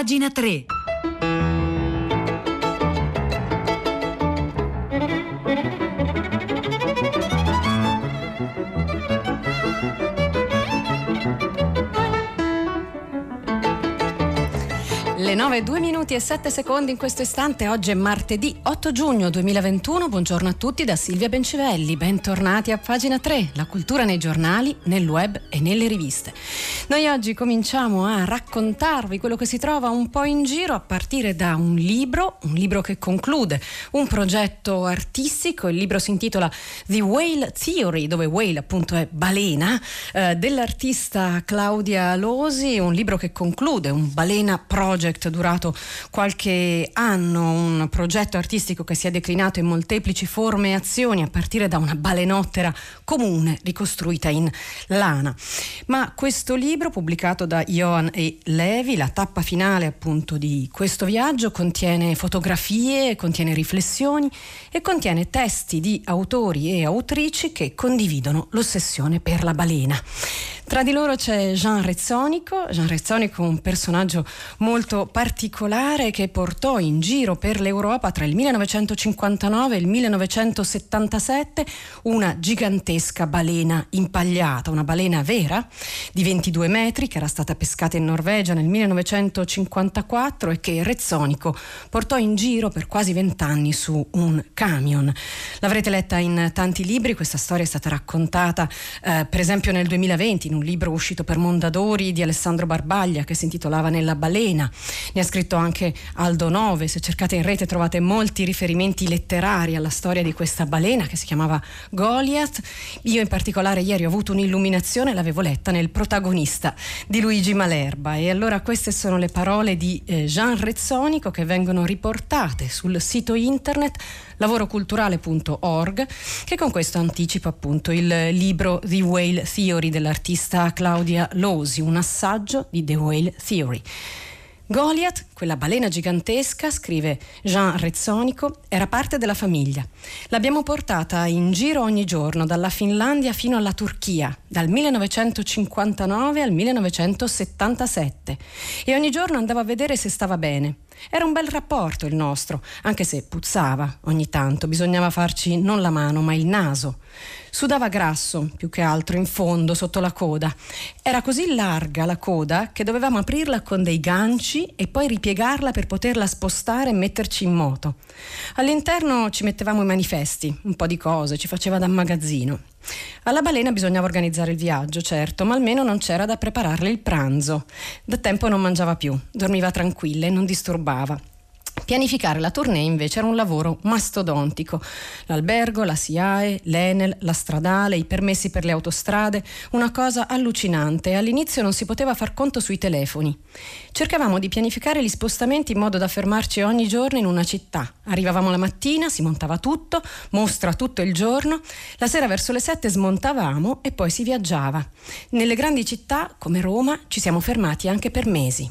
pagina 3. Le 9, 2 minuti e 7 secondi in questo istante. Oggi è martedì 8 giugno 2021. Buongiorno a tutti da Silvia Bencivelli. Bentornati a pagina 3, la cultura nei giornali, nel web e nelle riviste. Noi oggi cominciamo a raccontarvi quello che si trova un po' in giro a partire da un libro che conclude un progetto artistico. Il libro si intitola The Whale Theory, dove whale appunto è balena, dell'artista Claudia Losi, un libro che conclude un balena project durato qualche anno, un progetto artistico che si è declinato in molteplici forme e azioni a partire da una balenottera comune ricostruita in lana. Ma questo libro, pubblicato da Johan e Levi, la tappa finale appunto di questo viaggio, contiene fotografie, contiene riflessioni e contiene testi di autori e autrici che condividono l'ossessione per la balena. Tra di loro c'è Jean Rezzonico, un personaggio molto particolare che portò in giro per l'Europa tra il 1959 e il 1977 una gigantesca balena impagliata, una balena vera di 22 metri che era stata pescata in Norvegia nel 1954 e che Rezzonico portò in giro per quasi 20 anni su un camion. L'avrete letta in tanti libri, questa storia è stata raccontata per esempio nel 2020 in un libro uscito per Mondadori di Alessandro Barbaglia che si intitolava Nella balena. Ne ha scritto anche Aldo Nove. Se cercate in rete trovate molti riferimenti letterari alla storia di questa balena che si chiamava Goliath. Io in particolare ieri ho avuto un'illuminazione, l'avevo letta nel Protagonista di Luigi Malerba, e allora queste sono le parole di Jean Rezzonico che vengono riportate sul sito internet lavoroculturale.org, che con questo anticipa appunto il libro The Whale Theory dell'artista Claudia Losi, un assaggio di The Whale Theory. Goliath, quella balena gigantesca, scrive Jean Rezzonico, era parte della famiglia. L'abbiamo portata in giro ogni giorno, dalla Finlandia fino alla Turchia, dal 1959 al 1977, e ogni giorno andavo a vedere se stava bene. Era un bel rapporto il nostro, anche se puzzava ogni tanto, bisognava farci non la mano ma il naso. Sudava grasso, più che altro, in fondo, sotto la coda. Era così larga la coda che dovevamo aprirla con dei ganci e poi ripiegarla per poterla spostare e metterci in moto. All'interno ci mettevamo i manifesti, un po' di cose, ci faceva da magazzino. Alla balena bisognava organizzare il viaggio, certo, ma almeno non c'era da prepararle il pranzo. Da tempo non mangiava più, dormiva tranquilla e non disturbava. Pianificare la tournée invece era un lavoro mastodontico. L'albergo, la SIAE, l'Enel, la stradale, i permessi per le autostrade, una cosa allucinante, e all'inizio non si poteva far conto sui telefoni. Cercavamo di pianificare gli spostamenti in modo da fermarci ogni giorno in una città. Arrivavamo la mattina, si montava tutto, mostra tutto il giorno, la sera verso le 7 smontavamo e poi si viaggiava. Nelle grandi città come Roma ci siamo fermati anche per mesi.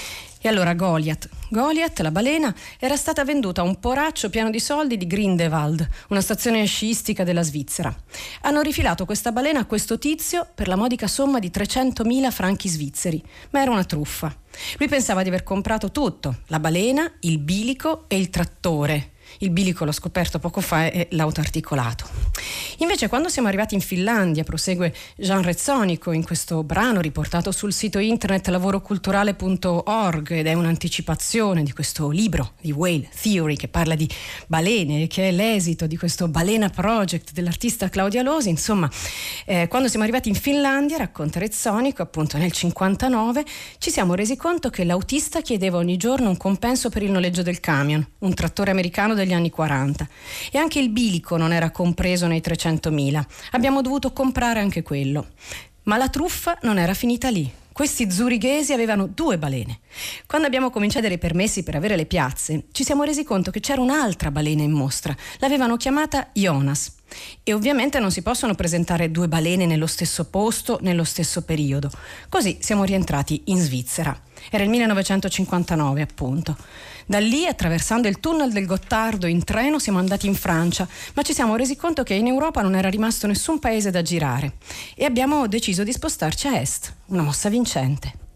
E allora Goliath, la balena, era stata venduta a un poraccio pieno di soldi di Grindelwald, una stazione sciistica della Svizzera. Hanno rifilato questa balena a questo tizio per la modica somma di 300.000 franchi svizzeri, ma era una truffa. Lui pensava di aver comprato tutto, la balena, il bilico e il trattore. Il bilico, l'ho scoperto poco fa, è l'autoarticolato. Invece quando siamo arrivati in Finlandia, prosegue Jean Rezzonico in questo brano riportato sul sito internet lavoroculturale.org, ed è un'anticipazione di questo libro di Whale Theory che parla di balene e che è l'esito di questo balena project dell'artista Claudia Losi. Insomma, quando siamo arrivati in Finlandia, racconta Rezzonico, appunto nel 59 ci siamo resi conto che l'autista chiedeva ogni giorno un compenso per il noleggio del camion, un trattore americano degli anni 40, e anche il bilico non era compreso nei 300.000. Abbiamo dovuto comprare anche quello. Ma la truffa non era finita lì. Questi zurighesi avevano 2 balene. Quando abbiamo cominciato a dare i permessi per avere le piazze, ci siamo resi conto che c'era un'altra balena in mostra. L'avevano chiamata Jonas. E ovviamente non si possono presentare 2 balene nello stesso posto, nello stesso periodo. Così siamo rientrati in Svizzera. Era il 1959, appunto. Da lì, attraversando il tunnel del Gottardo in treno, siamo andati in Francia, ma ci siamo resi conto che in Europa non era rimasto nessun paese da girare e abbiamo deciso di spostarci a est, una mossa vincente.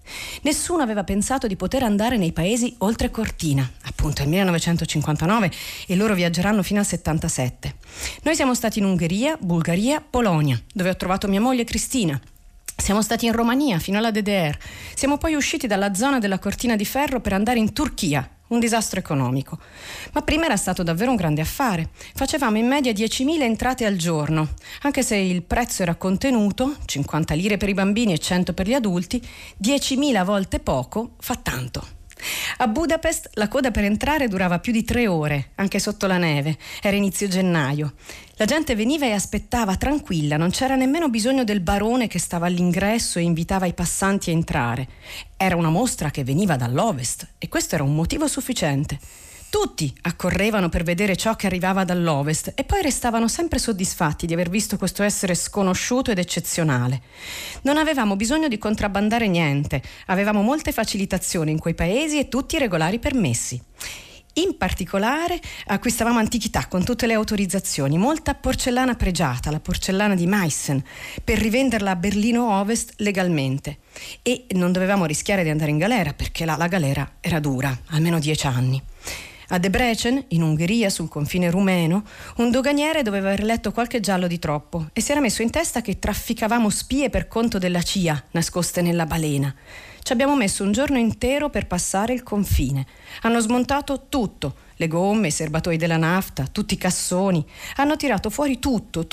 Nessuno aveva pensato di poter andare nei paesi oltre Cortina, appunto il 1959, e loro viaggeranno fino al 77. Noi siamo stati in Ungheria, Bulgaria, Polonia, dove ho trovato mia moglie Cristina. Siamo stati in Romania fino alla DDR. Siamo poi usciti dalla zona della Cortina di Ferro per andare in Turchia. Un disastro economico. Ma prima era stato davvero un grande affare. Facevamo in media 10.000 entrate al giorno. Anche se il prezzo era contenuto, 50 lire per i bambini e 100 per gli adulti, 10.000 volte poco fa tanto. A Budapest la coda per entrare durava più di 3 ore, anche sotto la neve. Era inizio gennaio. La gente veniva e aspettava tranquilla, non c'era nemmeno bisogno del barone che stava all'ingresso e invitava i passanti a entrare. Era una mostra che veniva dall'ovest e questo era un motivo sufficiente. Tutti accorrevano per vedere ciò che arrivava dall'ovest e poi restavano sempre soddisfatti di aver visto questo essere sconosciuto ed eccezionale. Non avevamo bisogno di contrabbandare niente, avevamo molte facilitazioni in quei paesi e tutti i regolari permessi. In particolare acquistavamo antichità con tutte le autorizzazioni, molta porcellana pregiata, la porcellana di Meissen, per rivenderla a Berlino Ovest legalmente. E non dovevamo rischiare di andare in galera, perché là la galera era dura, almeno 10 anni. A Debrecen, in Ungheria, sul confine rumeno, un doganiere doveva aver letto qualche giallo di troppo e si era messo in testa che trafficavamo spie per conto della CIA, nascoste nella balena. Ci abbiamo messo un giorno intero per passare il confine. Hanno smontato tutto, le gomme, i serbatoi della nafta, tutti i cassoni. Hanno tirato fuori tutto,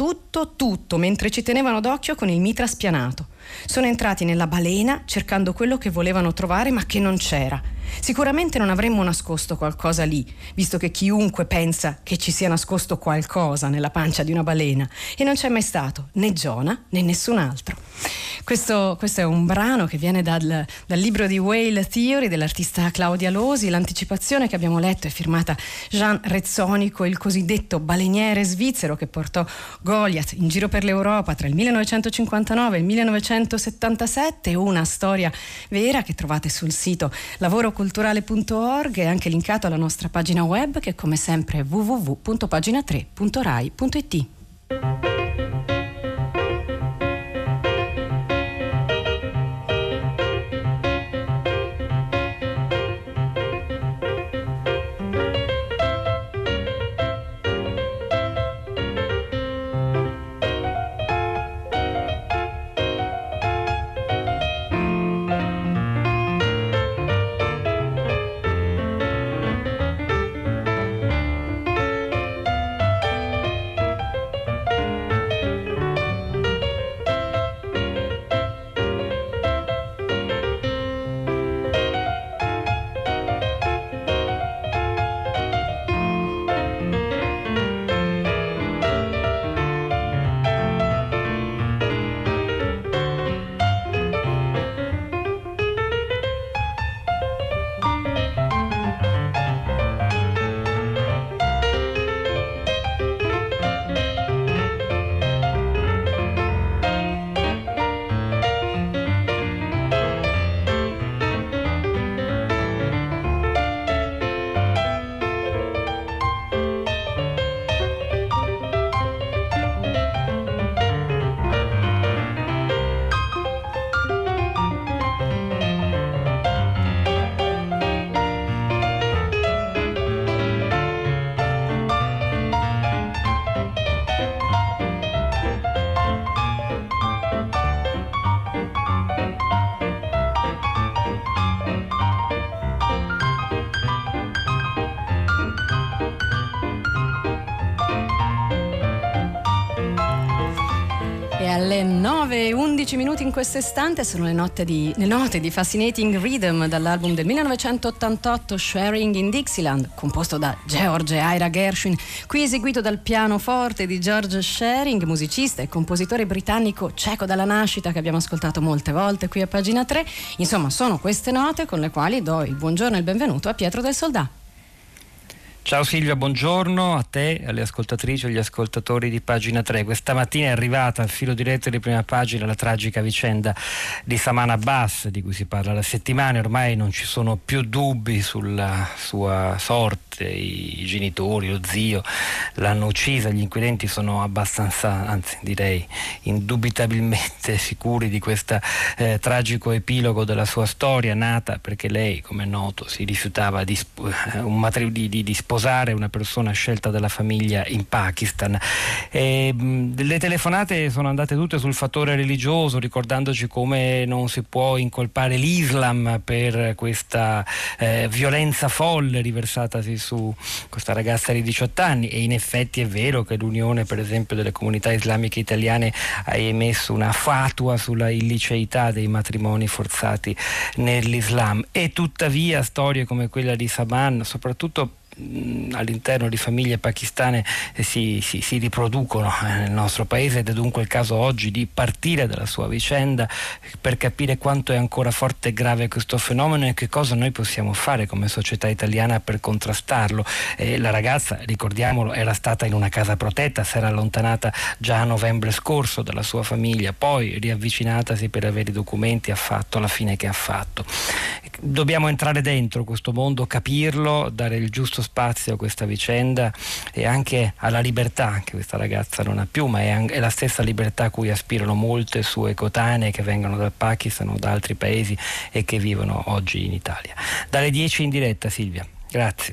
mentre ci tenevano d'occhio con il mitra spianato. Sono entrati nella balena cercando quello che volevano trovare ma che non c'era. Sicuramente non avremmo nascosto qualcosa lì, visto che chiunque pensa che ci sia nascosto qualcosa nella pancia di una balena, e non c'è mai stato né Giona né nessun altro. Questo è un brano che viene dal libro di Whale Theory dell'artista Claudia Losi. L'anticipazione che abbiamo letto è firmata Jean Rezzonico, il cosiddetto baleniere svizzero che portò Goliath in giro per l'Europa tra il 1959 e il 1977, una storia vera che trovate sul sito lavoroculturale.org e anche linkato alla nostra pagina web, che come sempre è www.pagina3.rai.it. Alle 9:11 minuti in questo istante sono le note di Fascinating Rhythm dall'album del 1988 Sharing in Dixieland, composto da George e Ira Gershwin, qui eseguito dal pianoforte di George Shearing, musicista e compositore britannico ceco dalla nascita, che abbiamo ascoltato molte volte qui a Pagina 3. Insomma, sono queste note con le quali do il buongiorno e il benvenuto a Pietro del Soldà. Ciao Silvia, buongiorno a te, alle ascoltatrici e agli ascoltatori di Pagina 3. Questa mattina è arrivata al filo diretto di Prima Pagina la tragica vicenda di Saman Abbas, di cui si parla da settimane. Ormai non ci sono più dubbi sulla sua sorte i genitori, lo zio l'hanno uccisa. Gli inquirenti sono abbastanza, anzi direi indubitabilmente sicuri di questo tragico epilogo della sua storia, nata perché lei, come è noto, si rifiutava di sposare una persona scelta dalla famiglia in Pakistan. Le telefonate sono andate tutte sul fattore religioso, ricordandoci come non si può incolpare l'Islam per questa violenza folle riversatasi su questa ragazza di 18 anni, e in effetti è vero che l'Unione, per esempio, delle comunità islamiche italiane ha emesso una fatua sulla illiceità dei matrimoni forzati nell'Islam, e tuttavia storie come quella di Saman, soprattutto all'interno di famiglie pakistane, si riproducono nel nostro paese, ed è dunque il caso oggi di partire dalla sua vicenda per capire quanto è ancora forte e grave questo fenomeno e che cosa noi possiamo fare come società italiana per contrastarlo. La ragazza, ricordiamolo, era stata in una casa protetta, si era allontanata già a novembre scorso dalla sua famiglia, poi riavvicinatasi per avere i documenti, ha fatto la fine che ha fatto. Dobbiamo entrare dentro questo mondo, capirlo, dare il giusto spazio a questa vicenda e anche alla libertà che questa ragazza non ha più, ma è la stessa libertà a cui aspirano molte sue coetanee che vengono dal Pakistan o da altri paesi e che vivono oggi in Italia. Dalle 10 in diretta, Silvia. Grazie.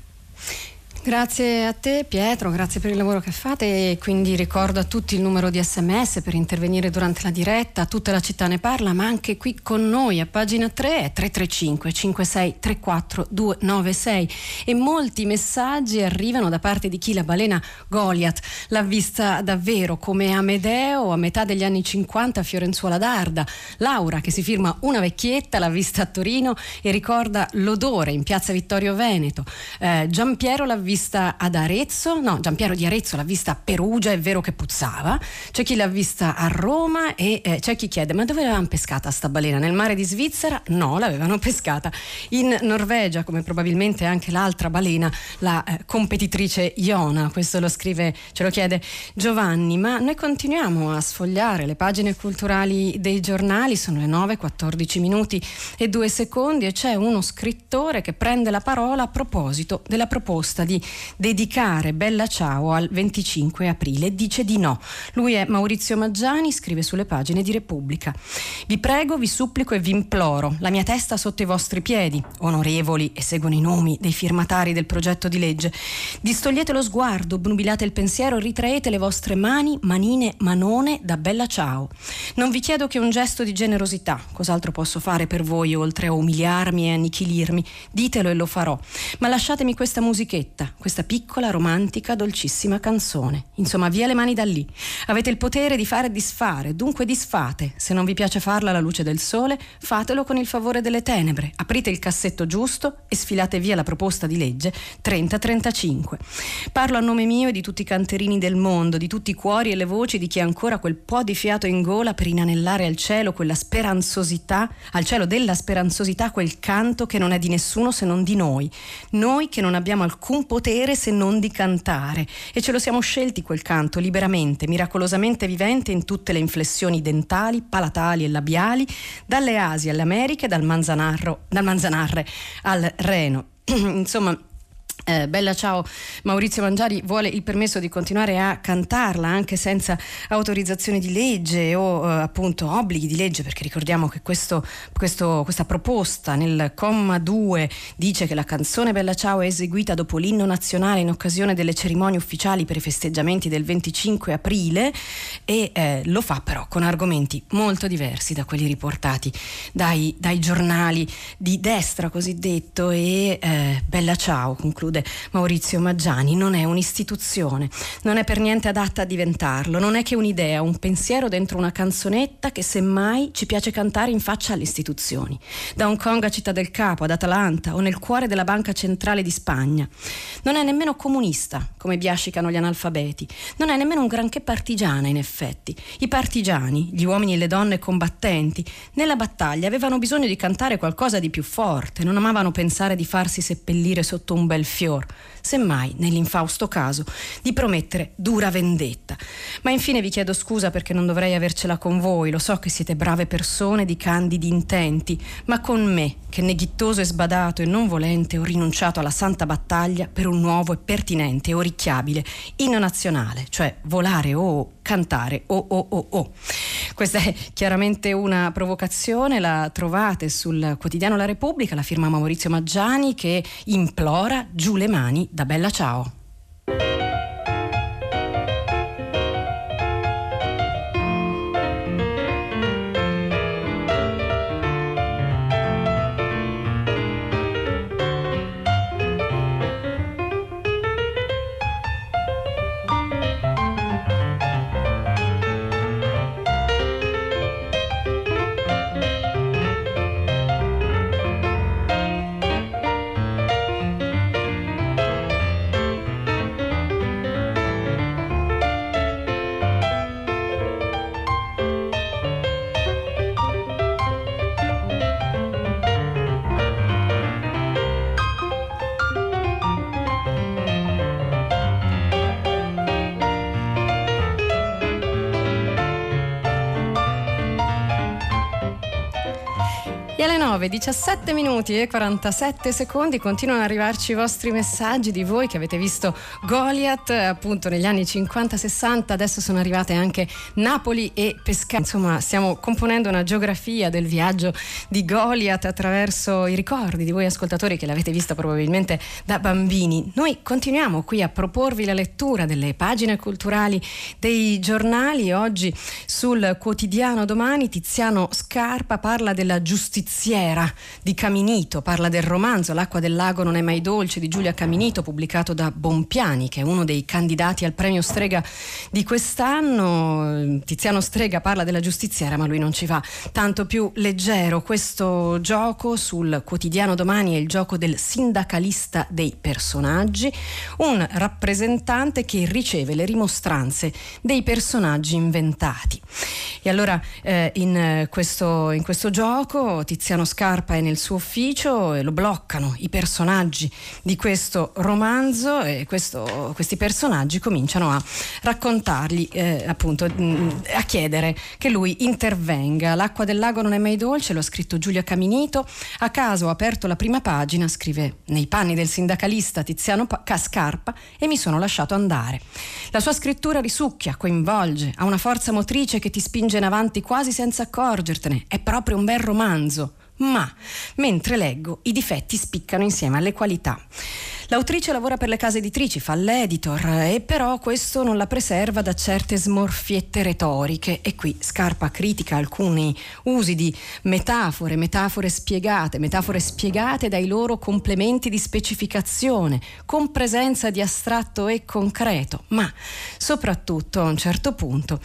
Grazie a te Pietro, grazie per il lavoro che fate, e quindi ricordo a tutti il numero di SMS per intervenire durante la diretta. Tutta la città ne parla, ma anche qui con noi a pagina 3 è 335 56 34 296, e molti messaggi arrivano da parte di chi la balena Goliath l'ha vista davvero, come Amedeo a metà degli anni 50 a Fiorenzuola d'Arda, Laura che si firma una vecchietta, l'ha vista a Torino e ricorda l'odore in piazza Vittorio Veneto, Giampiero l'ha vista ad Arezzo, no, Giampiero di Arezzo l'ha vista a Perugia, è vero che puzzava, c'è chi l'ha vista a Roma, e c'è chi chiede: ma dove l'avevano pescata sta balena? Nel mare di Svizzera? No, l'avevano pescata in Norvegia, come probabilmente anche l'altra balena, la competitrice Iona. Questo lo scrive, ce lo chiede Giovanni. Ma noi continuiamo a sfogliare le pagine culturali dei giornali, sono le 9:14 minuti e 2 secondi, e c'è uno scrittore che prende la parola a proposito della proposta di dedicare Bella Ciao al 25 aprile. Dice di no. Lui è Maurizio Maggiani, scrive sulle pagine di Repubblica: vi prego, vi supplico e vi imploro, la mia testa sotto i vostri piedi, onorevoli, e seguono i nomi dei firmatari del progetto di legge. Distogliete lo sguardo, obnubilate il pensiero, ritraete le vostre mani, manine, manone da Bella Ciao. Non vi chiedo che un gesto di generosità, cos'altro posso fare per voi oltre a umiliarmi e annichilirmi? Ditelo e lo farò, ma lasciatemi questa musichetta, questa piccola, romantica, dolcissima canzone. Insomma, via le mani da lì. Avete il potere di fare e disfare, dunque disfate. Se non vi piace farla alla luce del sole, fatelo con il favore delle tenebre. Aprite il cassetto giusto e sfilate via la proposta di legge 3035. Parlo a nome mio e di tutti i canterini del mondo, di tutti i cuori e le voci di chi ha ancora quel po' di fiato in gola per inanellare al cielo quella speranzosità, al cielo della speranzosità, quel canto che non è di nessuno se non di noi. Noi che non abbiamo alcun potere se non di cantare, e ce lo siamo scelti quel canto liberamente, miracolosamente vivente in tutte le inflessioni dentali, palatali e labiali, dalle Asie alle Americhe, dal Manzanarre al Reno. Insomma, Bella Ciao, Maurizio Maggiani vuole il permesso di continuare a cantarla anche senza autorizzazione di legge o appunto obblighi di legge, perché ricordiamo che questa proposta nel comma 2 dice che la canzone Bella Ciao è eseguita dopo l'inno nazionale in occasione delle cerimonie ufficiali per i festeggiamenti del 25 aprile, e lo fa però con argomenti molto diversi da quelli riportati dai giornali di destra cosiddetto, e Bella Ciao, conclude Maurizio Maggiani, non è un'istituzione, non è per niente adatta a diventarlo, non è che un'idea, un pensiero dentro una canzonetta che semmai ci piace cantare in faccia alle istituzioni, da Hong Kong a Città del Capo, ad Atalanta o nel cuore della Banca Centrale di Spagna. Non è nemmeno comunista, come biascicano gli analfabeti, non è nemmeno un granché partigiana in effetti. I partigiani, gli uomini e le donne combattenti, nella battaglia avevano bisogno di cantare qualcosa di più forte, non amavano pensare di farsi seppellire sotto un bel fior, semmai nell'infausto caso di promettere dura vendetta. Ma infine vi chiedo scusa perché non dovrei avercela con voi, lo so che siete brave persone di candidi intenti, ma con me, che neghittoso e sbadato e non volente ho rinunciato alla santa battaglia per un nuovo e pertinente e orecchiabile inno nazionale, cioè volare o cantare o. Questa è chiaramente una provocazione, la trovate sul quotidiano La Repubblica, la firma Maurizio Maggiani che implora giù le mani da Bella Ciao. E alle 9:17 minuti e 47 secondi continuano ad arrivarci i vostri messaggi di voi che avete visto Goliath appunto negli anni 50-60, adesso sono arrivate anche Napoli e Pescara. Insomma, stiamo componendo una geografia del viaggio di Goliath attraverso i ricordi di voi ascoltatori che l'avete vista probabilmente da bambini. Noi continuiamo qui a proporvi la lettura delle pagine culturali dei giornali. Oggi sul quotidiano Domani Tiziano Scarpa parla della giustiziera di Caminito, parla del romanzo L'acqua del lago non è mai dolce di Giulia Caminito, pubblicato da Bompiani, che è uno dei candidati al premio Strega di quest'anno. Tiziano Strega parla della giustiziera, ma lui non ci va tanto più leggero. Questo gioco sul quotidiano Domani è il gioco del sindacalista dei personaggi, un rappresentante che riceve le rimostranze dei personaggi inventati. E allora in questo gioco Tiziano Scarpa è nel suo ufficio e lo bloccano i personaggi di questo romanzo e questi personaggi cominciano a raccontargli appunto a chiedere che lui intervenga. L'acqua del lago non è mai dolce, lo ha scritto Giulia Caminito. A caso ho aperto la prima pagina, scrive nei panni del sindacalista Tiziano Scarpa, e mi sono lasciato andare. La sua scrittura risucchia, coinvolge, ha una forza motrice che ti spinge in avanti quasi senza accorgertene. È proprio un bel romanzo. Ma mentre leggo i difetti spiccano insieme alle qualità. L'autrice lavora per le case editrici, fa l'editor e però questo non la preserva da certe smorfiette retoriche, e qui Scarpa critica alcuni usi di metafore spiegate dai loro complementi di specificazione con presenza di astratto e concreto, ma soprattutto a un certo punto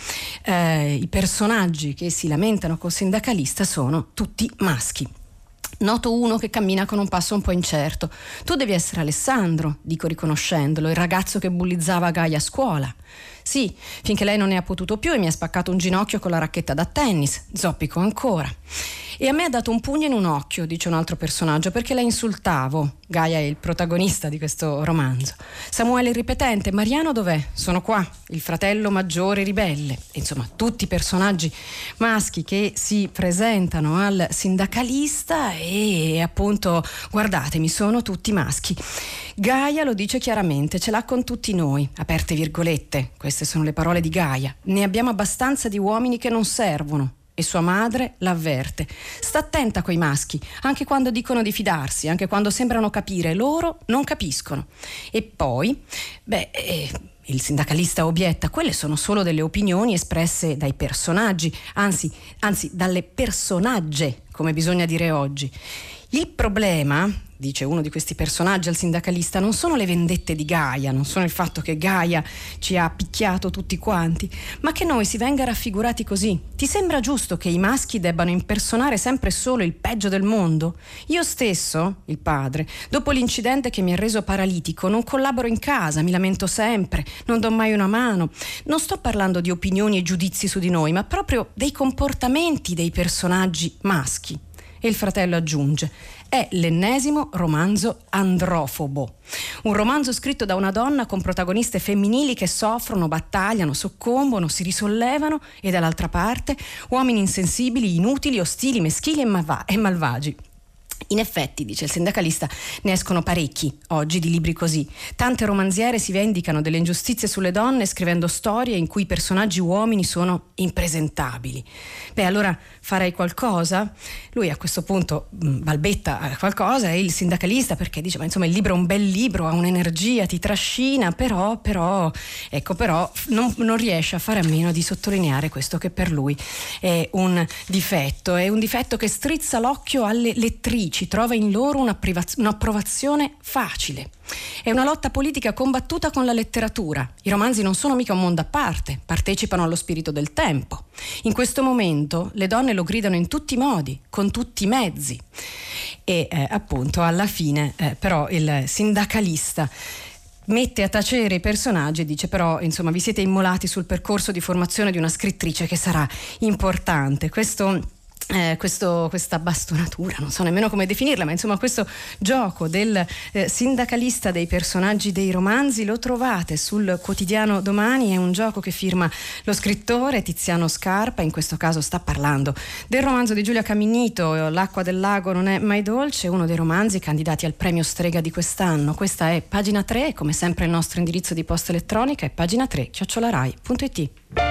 i personaggi che si lamentano col sindacalista sono tutti maschi. Noto uno che cammina con un passo un po' incerto. Tu devi essere Alessandro, dico riconoscendolo, il ragazzo che bullizzava Gaia a scuola. Sì, finché lei non ne ha potuto più e mi ha spaccato un ginocchio con la racchetta da tennis, zoppico ancora. E a me ha dato un pugno in un occhio, dice un altro personaggio, perché la insultavo. Gaia è il protagonista di questo romanzo. Samuele il ripetente, Mariano dov'è? Sono qua, il fratello maggiore ribelle. Insomma, tutti personaggi maschi che si presentano al sindacalista e appunto, guardatemi, sono tutti maschi. Gaia lo dice chiaramente, ce l'ha con tutti noi, aperte virgolette, queste sono le parole di Gaia. Ne abbiamo abbastanza di uomini che non servono. E sua madre l'avverte. Sta attenta coi maschi, anche quando dicono di fidarsi, anche quando sembrano capire, loro non capiscono. E poi, il sindacalista obietta, quelle sono solo delle opinioni espresse dai personaggi, anzi dalle personagge, come bisogna dire oggi. Il problema, dice uno di questi personaggi al sindacalista, non sono le vendette di Gaia, non sono il fatto che Gaia ci ha picchiato tutti quanti, ma che noi si venga raffigurati così. Ti sembra giusto che i maschi debbano impersonare sempre solo il peggio del mondo? Io stesso, il padre, dopo l'incidente che mi ha reso paralitico, non collaboro in casa, mi lamento sempre, non do mai una mano. Non sto parlando di opinioni e giudizi su di noi, ma proprio dei comportamenti dei personaggi maschi. E il fratello aggiunge: È l'ennesimo romanzo androfobo. Un romanzo scritto da una donna con protagoniste femminili che soffrono, battagliano, soccombono, si risollevano, e dall'altra parte uomini insensibili, inutili, ostili, meschili e malvagi. In effetti, dice il sindacalista, ne escono parecchi oggi di libri così. Tante romanziere si vendicano delle ingiustizie sulle donne scrivendo storie in cui i personaggi uomini sono impresentabili. Beh, allora farei qualcosa? Lui a questo punto balbetta qualcosa, e il sindacalista, perché dice ma insomma il libro è un bel libro, ha un'energia, ti trascina, però non riesce a fare a meno di sottolineare questo che per lui è un difetto che strizza l'occhio alle lettrici, trova in loro un'approvazione facile. È una lotta politica combattuta con la letteratura. I romanzi non sono mica un mondo a parte, partecipano allo spirito del tempo. In questo momento le donne lo gridano in tutti i modi, con tutti i mezzi. E appunto alla fine però il sindacalista mette a tacere i personaggi e dice però insomma vi siete immolati sul percorso di formazione di una scrittrice che sarà importante. Questa bastonatura, non so nemmeno come definirla, ma insomma questo gioco del sindacalista dei personaggi dei romanzi lo trovate sul quotidiano Domani. È un gioco che firma lo scrittore Tiziano Scarpa, in questo caso sta parlando del romanzo di Giulia Caminito, L'acqua del lago non è mai dolce, uno dei romanzi candidati al premio Strega di quest'anno. Questa è Pagina 3, come sempre il nostro indirizzo di posta elettronica è pagina3@rai.it.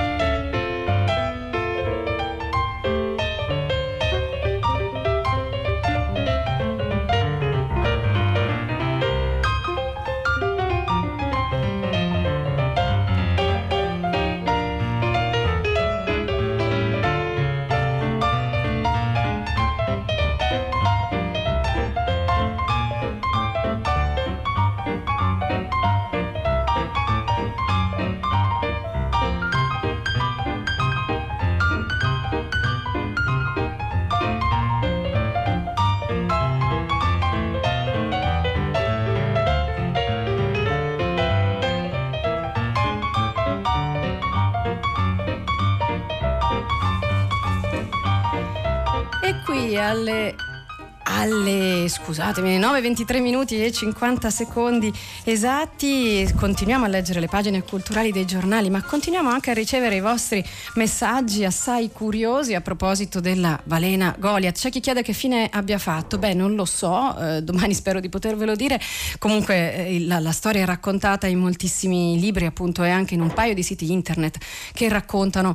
Alle scusatemi 9:23 minuti e 50 secondi esatti. Continuiamo a leggere le pagine culturali dei giornali, ma continuiamo anche a ricevere i vostri messaggi assai curiosi a proposito della balena Goliath. C'è chi chiede che fine abbia fatto. Beh, non lo so, domani spero di potervelo dire. Comunque la storia è raccontata in moltissimi libri, appunto, e anche in un paio di siti internet che raccontano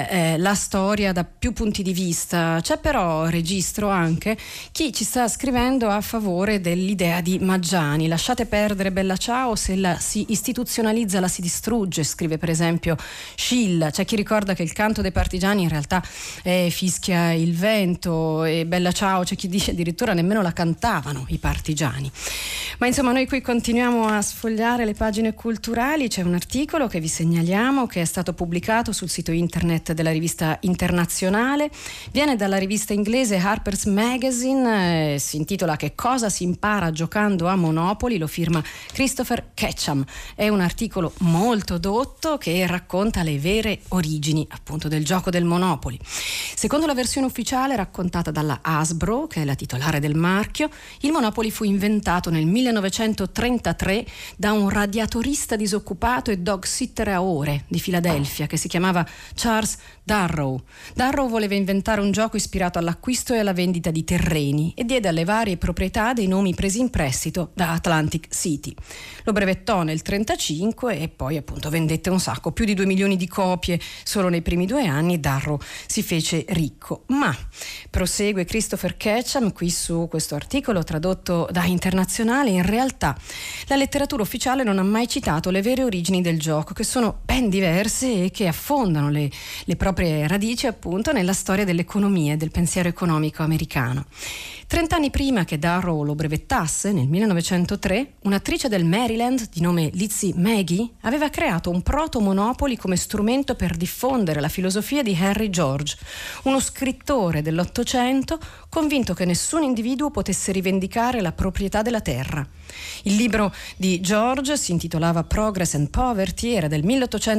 la storia da più punti di vista. C'è però, registro anche chi ci sta scrivendo a favore dell'idea di Maggiani. Lasciate perdere Bella Ciao, se la si istituzionalizza la si distrugge, scrive per esempio Scilla. C'è chi ricorda che il canto dei partigiani in realtà fischia il vento, e Bella Ciao c'è chi dice addirittura nemmeno la cantavano i partigiani. Ma insomma noi qui continuiamo a sfogliare le pagine culturali. C'è un articolo che vi segnaliamo che è stato pubblicato sul sito internet della rivista Internazionale, viene dalla rivista inglese Harper's Magazine, si intitola Che cosa si impara giocando a Monopoli, lo firma Christopher Ketchum. È un articolo molto dotto che racconta le vere origini appunto del gioco del Monopoli. Secondo la versione ufficiale raccontata dalla Hasbro, che è la titolare del marchio, il Monopoli fu inventato nel 1933 da un radiatorista disoccupato e dog sitter a ore di Filadelfia che si chiamava Charles Darrow. Darrow voleva inventare un gioco ispirato all'acquisto e alla vendita di terreni e diede alle varie proprietà dei nomi presi in prestito da Atlantic City. Lo brevettò nel 1935 e poi appunto vendette un sacco, più di 2 milioni di copie solo nei primi 2 anni. Darrow si fece ricco. Ma prosegue Christopher Ketchum qui su questo articolo tradotto da Internazionale: in realtà la letteratura ufficiale non ha mai citato le vere origini del gioco, che sono ben diverse e che affondano le proprie radici appunto nella storia dell'economia e del pensiero economico americano. 30 anni prima che Darrow lo brevettasse, nel 1903, un'attrice del Maryland di nome Lizzie Magie aveva creato un proto-Monopoli come strumento per diffondere la filosofia di Henry George, uno scrittore dell'Ottocento convinto che nessun individuo potesse rivendicare la proprietà della terra. Il libro di George si intitolava Progress and Poverty, era del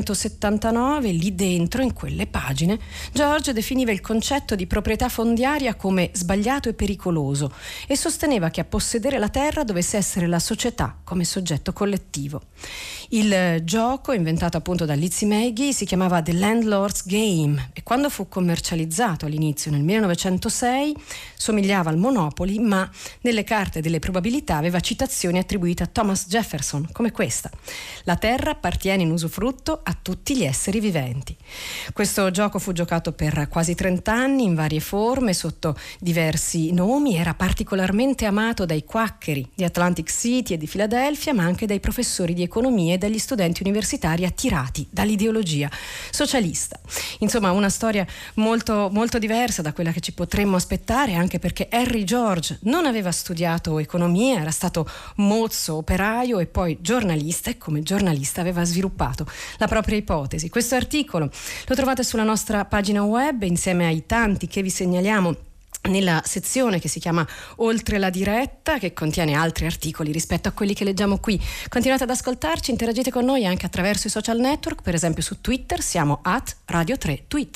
1879. Lì dentro, in quelle pagine, George definiva il concetto di proprietà fondiaria come sbagliato e pericoloso, pericoloso e sosteneva che a possedere la terra dovesse essere la società come soggetto collettivo. Il gioco, inventato appunto da Lizzie Magie, si chiamava The Landlord's Game e quando fu commercializzato all'inizio nel 1906 somigliava al Monopoly, ma nelle carte delle probabilità aveva citazioni attribuite a Thomas Jefferson, come questa: la terra appartiene in usufrutto a tutti gli esseri viventi. Questo gioco fu giocato per quasi 30 anni in varie forme, sotto diversi nomi. Era particolarmente amato dai quaccheri di Atlantic City e di Filadelfia, ma anche dai professori di economia e dagli studenti universitari attirati dall'ideologia socialista. Insomma, una storia molto, molto diversa da quella che ci potremmo aspettare, anche perché Henry George non aveva studiato economia, era stato mozzo, operaio e poi giornalista, e come giornalista aveva sviluppato la propria ipotesi. Questo articolo lo trovate sulla nostra pagina web insieme ai tanti che vi segnaliamo nella sezione che si chiama Oltre la diretta, che contiene altri articoli rispetto a quelli che leggiamo qui. Continuate ad ascoltarci, interagite con noi anche attraverso i social network, per esempio su Twitter siamo @Radio3Tweet.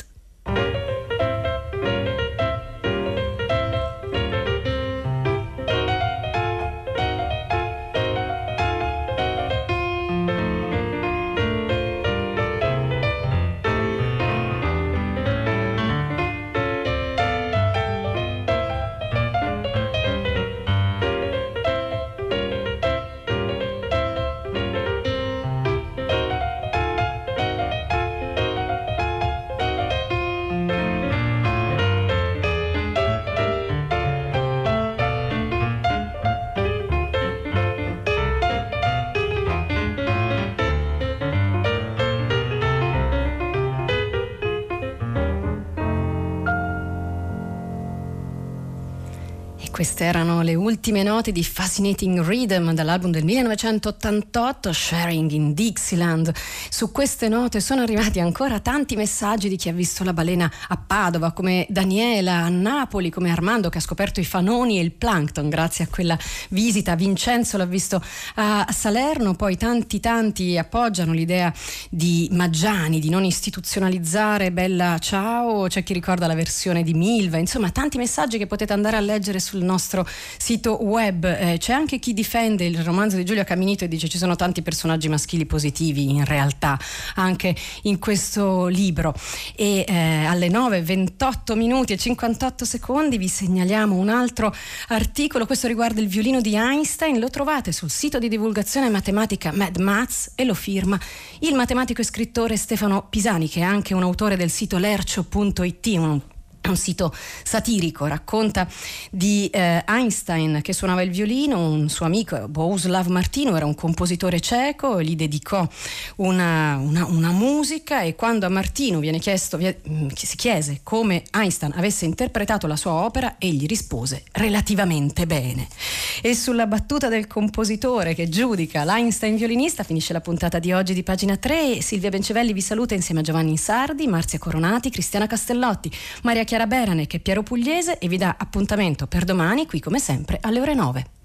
Queste erano le ultime note di Fascinating Rhythm dall'album del 1988, Sharing in Dixieland. Su queste note sono arrivati ancora tanti messaggi di chi ha visto la balena a Padova, come Daniela, a Napoli, come Armando che ha scoperto i fanoni e il plankton grazie a quella visita. Vincenzo l'ha visto a Salerno, poi tanti appoggiano l'idea di Maggiani di non istituzionalizzare Bella Ciao, c'è chi ricorda la versione di Milva, insomma tanti messaggi che potete andare a leggere sul nostro sito web. C'è anche chi difende il romanzo di Giulia Caminito e dice ci sono tanti personaggi maschili positivi in realtà anche in questo libro. E alle 9:28 e 58 secondi vi segnaliamo un altro articolo, questo riguarda il violino di Einstein, lo trovate sul sito di divulgazione matematica MadMaths e lo firma il matematico e scrittore Stefano Pisani, che è anche un autore del sito lercio.it, un sito satirico. Racconta di Einstein che suonava il violino, un suo amico Bohuslav Martinu era un compositore ceco, gli dedicò una musica, e quando a Martinu si chiese come Einstein avesse interpretato la sua opera, egli rispose relativamente bene. E sulla battuta del compositore che giudica l'Einstein violinista finisce la puntata di oggi di Pagina 3. Silvia Bencivelli vi saluta insieme a Giovanni Insardi, Marzia Coronati, Cristiana Castellotti, Maria Chiara Beranec e Piero Pugliese, e vi dà appuntamento per domani qui come sempre alle ore 9.